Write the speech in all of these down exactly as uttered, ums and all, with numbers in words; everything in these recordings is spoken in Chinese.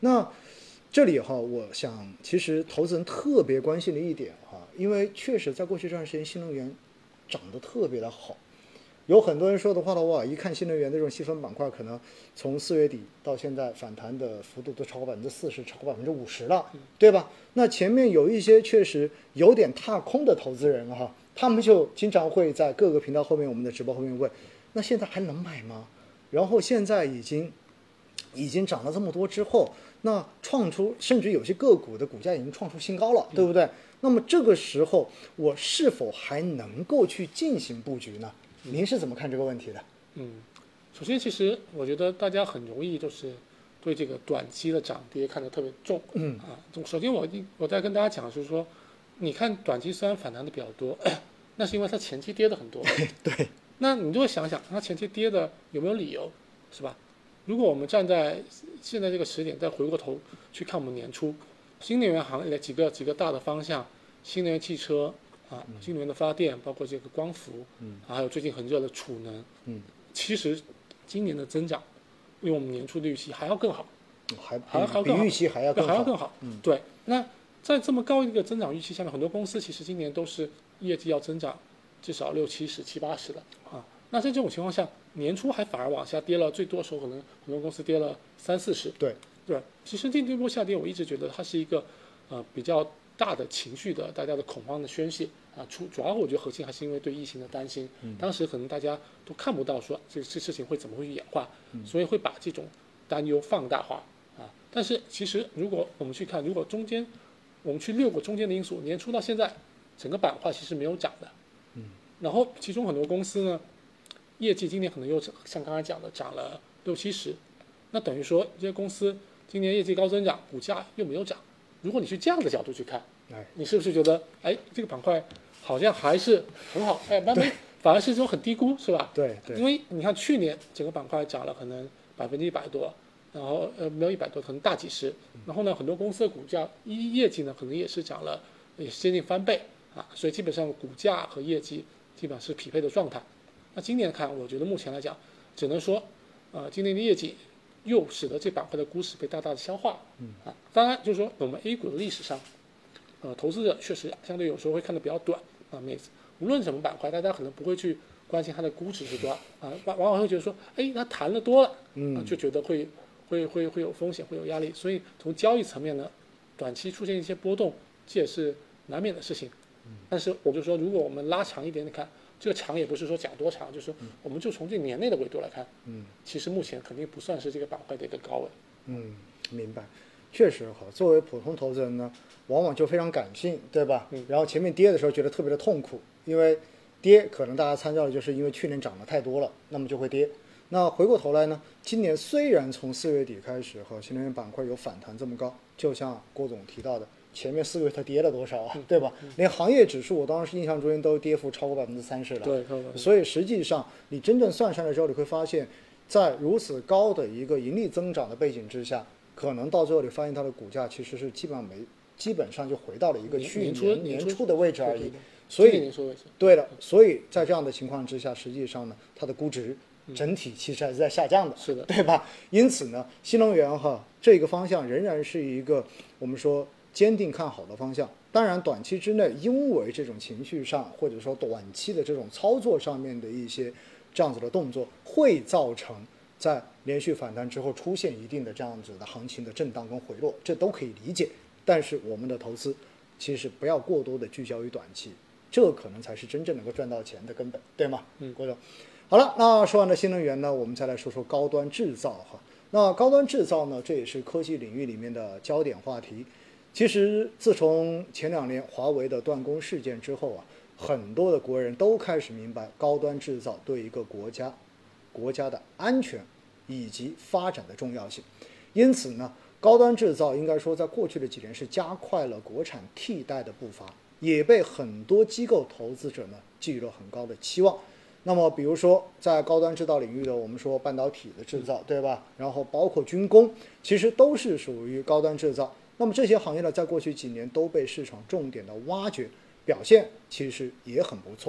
那这里哈，我想其实投资人特别关心的一点哈，因为确实在过去这段时间新能源涨得特别的好，有很多人说的话的话，一看新能源的这种细分板块，可能从四月底到现在反弹的幅度都超过百分之四十，超过百分之五十了，对吧？那前面有一些确实有点踏空的投资人哈，他们就经常会在各个频道后面我们的直播后面问，那现在还能买吗？然后现在已经已经涨了这么多之后，那创出甚至有些个股的股价已经创出新高了，对不对？那么这个时候我是否还能够去进行布局呢？您是怎么看这个问题的？ 嗯，首先其实我觉得大家很容易就是对这个短期的涨跌看得特别重， 嗯啊，首先我我在跟大家讲就是说，你看短期虽然反弹的比较多，那是因为它前期跌的很多， 对， 那你就会想想它前期跌的有没有理由，是吧？如果我们站在现在这个时点再回过头去看我们年初新能源行业的几个几个大的方向，新能源汽车啊，新能源的发电，包括这个光伏， 嗯， 啊还有最近很热的储能， 嗯， 其实今年的增长比我们年初的预期还要更好， 还还要还要更好， 比预期还要更好， 还要更好。 嗯， 对。那在这么高一个增长预期下面，很多公司其实今年都是业绩要增长至少六七十、七八十的啊。那在这种情况下，年初还反而往下跌了，最多的时候可能很多公司跌了三四十。 对对，其实这波下跌，我一直觉得它是一个呃比较大的情绪的大家的恐慌的宣泄啊。主主要我觉得核心还是因为对疫情的担心， 嗯、 当时可能大家都看不到说这这事情会怎么会演化， 嗯、 所以会把这种担忧放大化啊。但是其实如果我们去看，如果中间我们去略过中间的因素，年初到现在整个板块其实没有涨的， 嗯， 然后其中很多公司呢，业绩今年可能又像刚才讲的涨了六七十，那等于说这些公司今年业绩高增长，股价又没有涨。如果你去这样的角度去看，你是不是觉得，哎，这个板块好像还是很好，哎，慢慢反而是这种很低估，是吧？ 对对。 因为你看去年整个板块涨了可能百分之一百多，然后呃没有一百多，可能大几十。然后呢，很多公司的股价一业绩呢可能也是涨了，也接近翻倍啊，所以基本上股价和业绩基本上是匹配的状态。那今年看，我觉得目前来讲，只能说，呃，今年的业绩又使得这板块的估值被大大的消化。 嗯啊，当然就是说我们 A 股的历史上，呃，投资者确实相对有时候会看得比较短啊，每次无论什么板块，大家可能不会去关心它的估值是多少啊，往往往会觉得说，哎，它谈的多了， 嗯、 啊，就觉得会会会会有风险，会有压力，所以从交易层面呢，短期出现一些波动，这也是难免的事情。但是我就说，如果我们拉长一点点看。这个长也不是说讲多长，就是说我们就从这年内的维度来看， 嗯， 其实目前肯定不算是这个板块的一个高位。 嗯，明白，确实哈。作为普通投资人呢，往往就非常感性，对吧？ 嗯。 然后前面跌的时候觉得特别的痛苦，因为跌可能大家参照的就是因为去年涨得太多了，那么就会跌。那回过头来呢，今年虽然从四月底开始和新能源板块有反弹这么高，就像郭总提到的。前面四个月它跌了多少啊？对吧？连行业指数我当时印象中都跌幅超过百分之三十了。 对， 所以实际上你真正算上来之后，你会发现，在如此高的一个盈利增长的背景之下，可能到最后你发现它的股价其实是基本上没，基本上就回到了一个去年年年初的位置而已。 对对对， 所以，对了，所以在这样的情况之下，实际上呢，它的估值整体其实还是在下降的， 是的， 对吧？因此呢，新能源哈这个方向仍然是一个我们说。坚定看好的方向，当然短期之内，因为这种情绪上或者说短期的这种操作上面的一些这样子的动作，会造成在连续反弹之后出现一定的这样子的行情的震荡跟回落，这都可以理解。但是我们的投资其实不要过多的聚焦于短期，这可能才是真正能够赚到钱的根本，对吗？ 嗯， 郭总。好了，那说完了新能源呢，我们再来说说高端制造哈。那高端制造呢，这也是科技领域里面的焦点话题。其实自从前两年华为的断供事件之后啊，很多的国人都开始明白高端制造对一个国家国家的安全以及发展的重要性。因此呢，高端制造应该说在过去的几年是加快了国产替代的步伐，也被很多机构投资者呢寄予了很高的期望。那么比如说在高端制造领域的我们说半导体的制造，对吧？然后包括军工，其实都是属于高端制造。那么这些行业呢，在过去几年都被市场重点的挖掘，表现其实也很不错。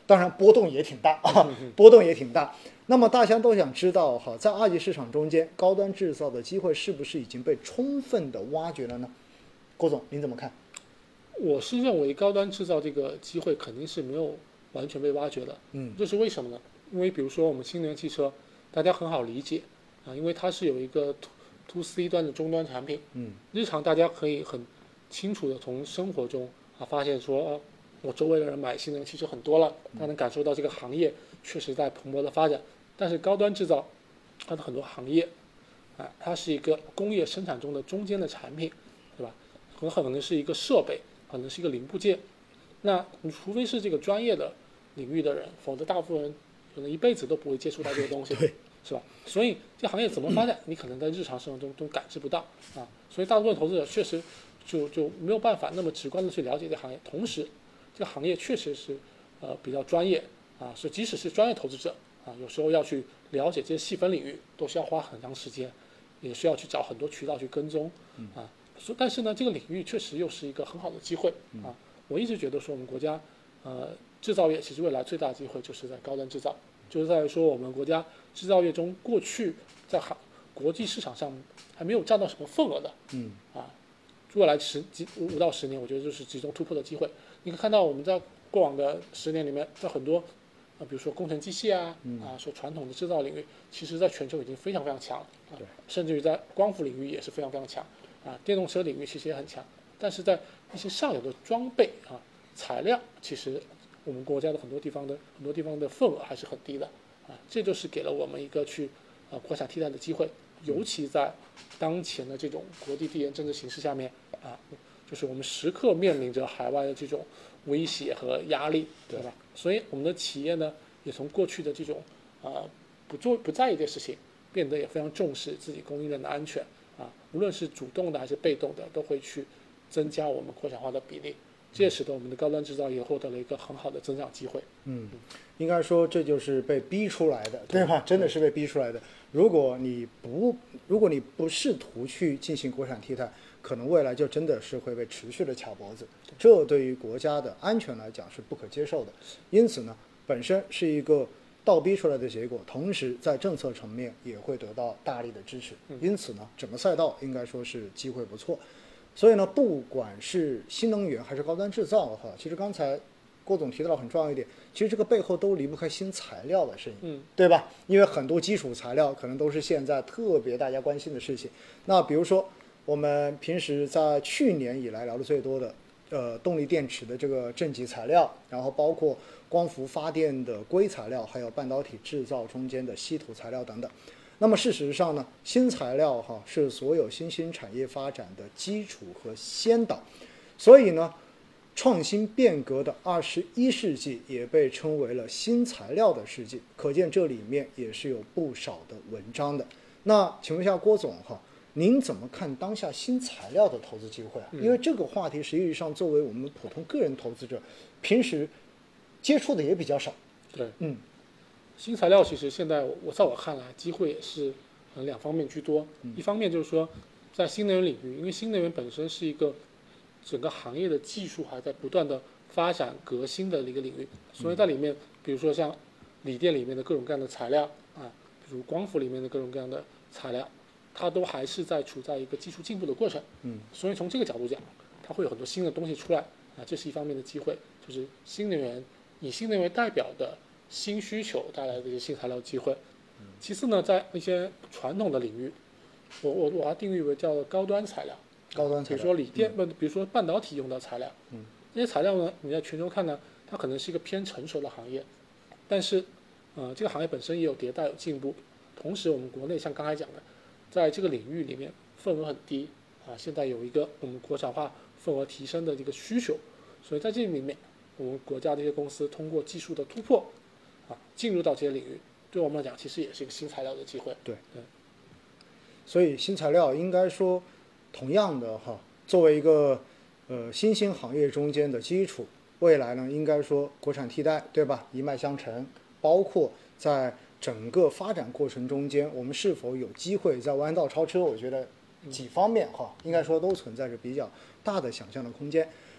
当然波动也挺大啊，波动也挺大。那么大家都想知道哈，在二级市场中间，高端制造的机会是不是已经被充分的挖掘了呢？郭总，您怎么看？ 我是认为高端制造这个机会肯定是没有完全被挖掘的。 嗯， 这是为什么呢？因为比如说我们新能源汽车，大家很好理解啊，因为它是有一个 to to C 端的终端产品。 嗯， 日常大家可以很清楚的从生活中啊发现说，啊，我周围的人买新能源汽车很多了，他能感受到这个行业确实在蓬勃的发展。但是高端制造，它的很多行业，啊，它是一个工业生产中的中间的产品，对吧？很可能是一个设备，可能是一个零部件。那你除非是这个专业的领域的人，否则大部分人可能一辈子都不会接触到这个东西， 对， 是吧？所以这行业怎么发展，你可能在日常生活中都感知不到啊。所以大部分投资者确实就就没有办法那么直观的去了解这个行业。同时，这个行业确实是呃比较专业啊，所以即使是专业投资者啊，有时候要去了解这些细分领域，都是要花很长时间，也需要去找很多渠道去跟踪啊。所但是呢，这个领域确实又是一个很好的机会啊。我一直觉得说，我们国家呃制造业其实未来最大的机会就是在高端制造，就是在于说我们国家制造业中过去在行国际市场上还没有占到什么份额的， 嗯啊，未来十几五五到十年，我觉得就是集中突破的机会。你可以看到我们在过往的十年里面，在很多啊，比如说工程机械啊，啊，说传统的制造领域，其实在全球已经非常非常强了，啊，甚至于在光伏领域也是非常非常强，啊，电动车领域其实也很强，但是在一些上游的装备啊、材料，其实我们国家的很多地方的很多地方的份额还是很低的，啊，这就是给了我们一个去呃国产替代的机会，尤其在当前的这种国际地缘政治形势下面，啊，就是我们时刻面临着海外的这种威胁和压力，对吧？所以我们的企业呢，也从过去的这种啊、呃、不做不在意这事情，变得也非常重视自己供应链的安全啊，无论是主动的还是被动的，都会去增加我们国产化的比例，这也使得我们的高端制造业获得了一个很好的增长机会。 嗯，应该说这就是被逼出来的，对吧？真的是被逼出来的。如果你不如果你不试图去进行国产替代，可能未来就真的是会被持续的卡脖子，这对于国家的安全来讲是不可接受的。因此呢，本身是一个倒逼出来的结果，同时在政策层面也会得到大力的支持。因此呢，整个赛道应该说是机会不错。所以呢，不管是新能源还是高端制造的话，其实刚才郭总提到了很重要一点，其实这个背后都离不开新材料的身影， 嗯， 对吧？因为很多基础材料可能都是现在特别大家关心的事情。那比如说我们平时在去年以来聊的最多的，呃，动力电池的这个正极材料，然后包括光伏发电的硅材料，还有半导体制造中间的稀土材料等等。那么事实上呢，新材料哈是所有新兴产业发展的基础和先导，所以呢，创新变革的二十一世纪也被称为了新材料的世纪，可见这里面也是有不少的文章的。那请问一下郭总哈，您怎么看当下新材料的投资机会啊？因为这个话题实际上作为我们普通个人投资者，平时接触的也比较少。 对， 嗯。 新材料其实现在我在我看来，机会也是呃两方面居多。一方面就是说，在新能源领域，因为新能源本身是一个整个行业的技术还在不断的发展革新的一个领域，所以在里面，比如说像锂电里面的各种各样的材料啊，比如光伏里面的各种各样的材料，它都还是在处在一个技术进步的过程。 嗯， 所以从这个角度讲，它会有很多新的东西出来啊，这是一方面的机会，就是新能源以新能源为代表的新需求带来的一些新材料机会。其次呢，在一些传统的领域，我我我把它定义为叫高端材料， 高端材料， 比如说锂电，不、嗯，比如说半导体用的材料， 嗯， 这些材料呢，你在全球看呢，它可能是一个偏成熟的行业，但是，呃，这个行业本身也有迭代有进步。同时，我们国内像刚才讲的，在这个领域里面份额很低啊，现在有一个我们国产化份额提升的这个需求，所以在这里面，我们国家这些公司通过技术的突破。啊，进入到这些领域，对我们来讲，其实也是一个新材料的机会。 对对， 所以新材料应该说，同样的哈，作为一个呃新兴行业中间的基础，未来呢，应该说国产替代，对吧？一脉相承，包括在整个发展过程中间，我们是否有机会在弯道超车？我觉得几方面哈，应该说都存在着比较大的想象的空间。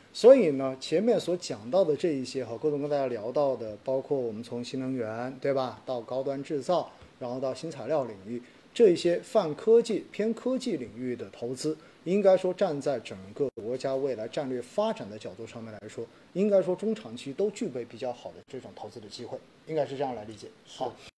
所以呢，前面所讲到的这一些哈，郭总跟大家聊到的，包括我们从新能源对吧，到高端制造，然后到新材料领域，这一些泛科技、偏科技领域的投资，应该说站在整个国家未来战略发展的角度上面来说，应该说中长期都具备比较好的这种投资的机会，应该是这样来理解。好，